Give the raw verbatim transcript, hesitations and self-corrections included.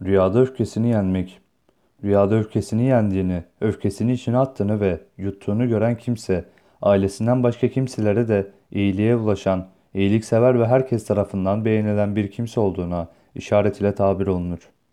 Rüyada öfkesini yenmek. Rüyada öfkesini yendiğini, öfkesini içine attığını ve yuttuğunu gören kimse, ailesinden başka kimselere de iyiliğe ulaşan, iyiliksever ve herkes tarafından beğenilen bir kimse olduğuna işaret ile tabir olunur.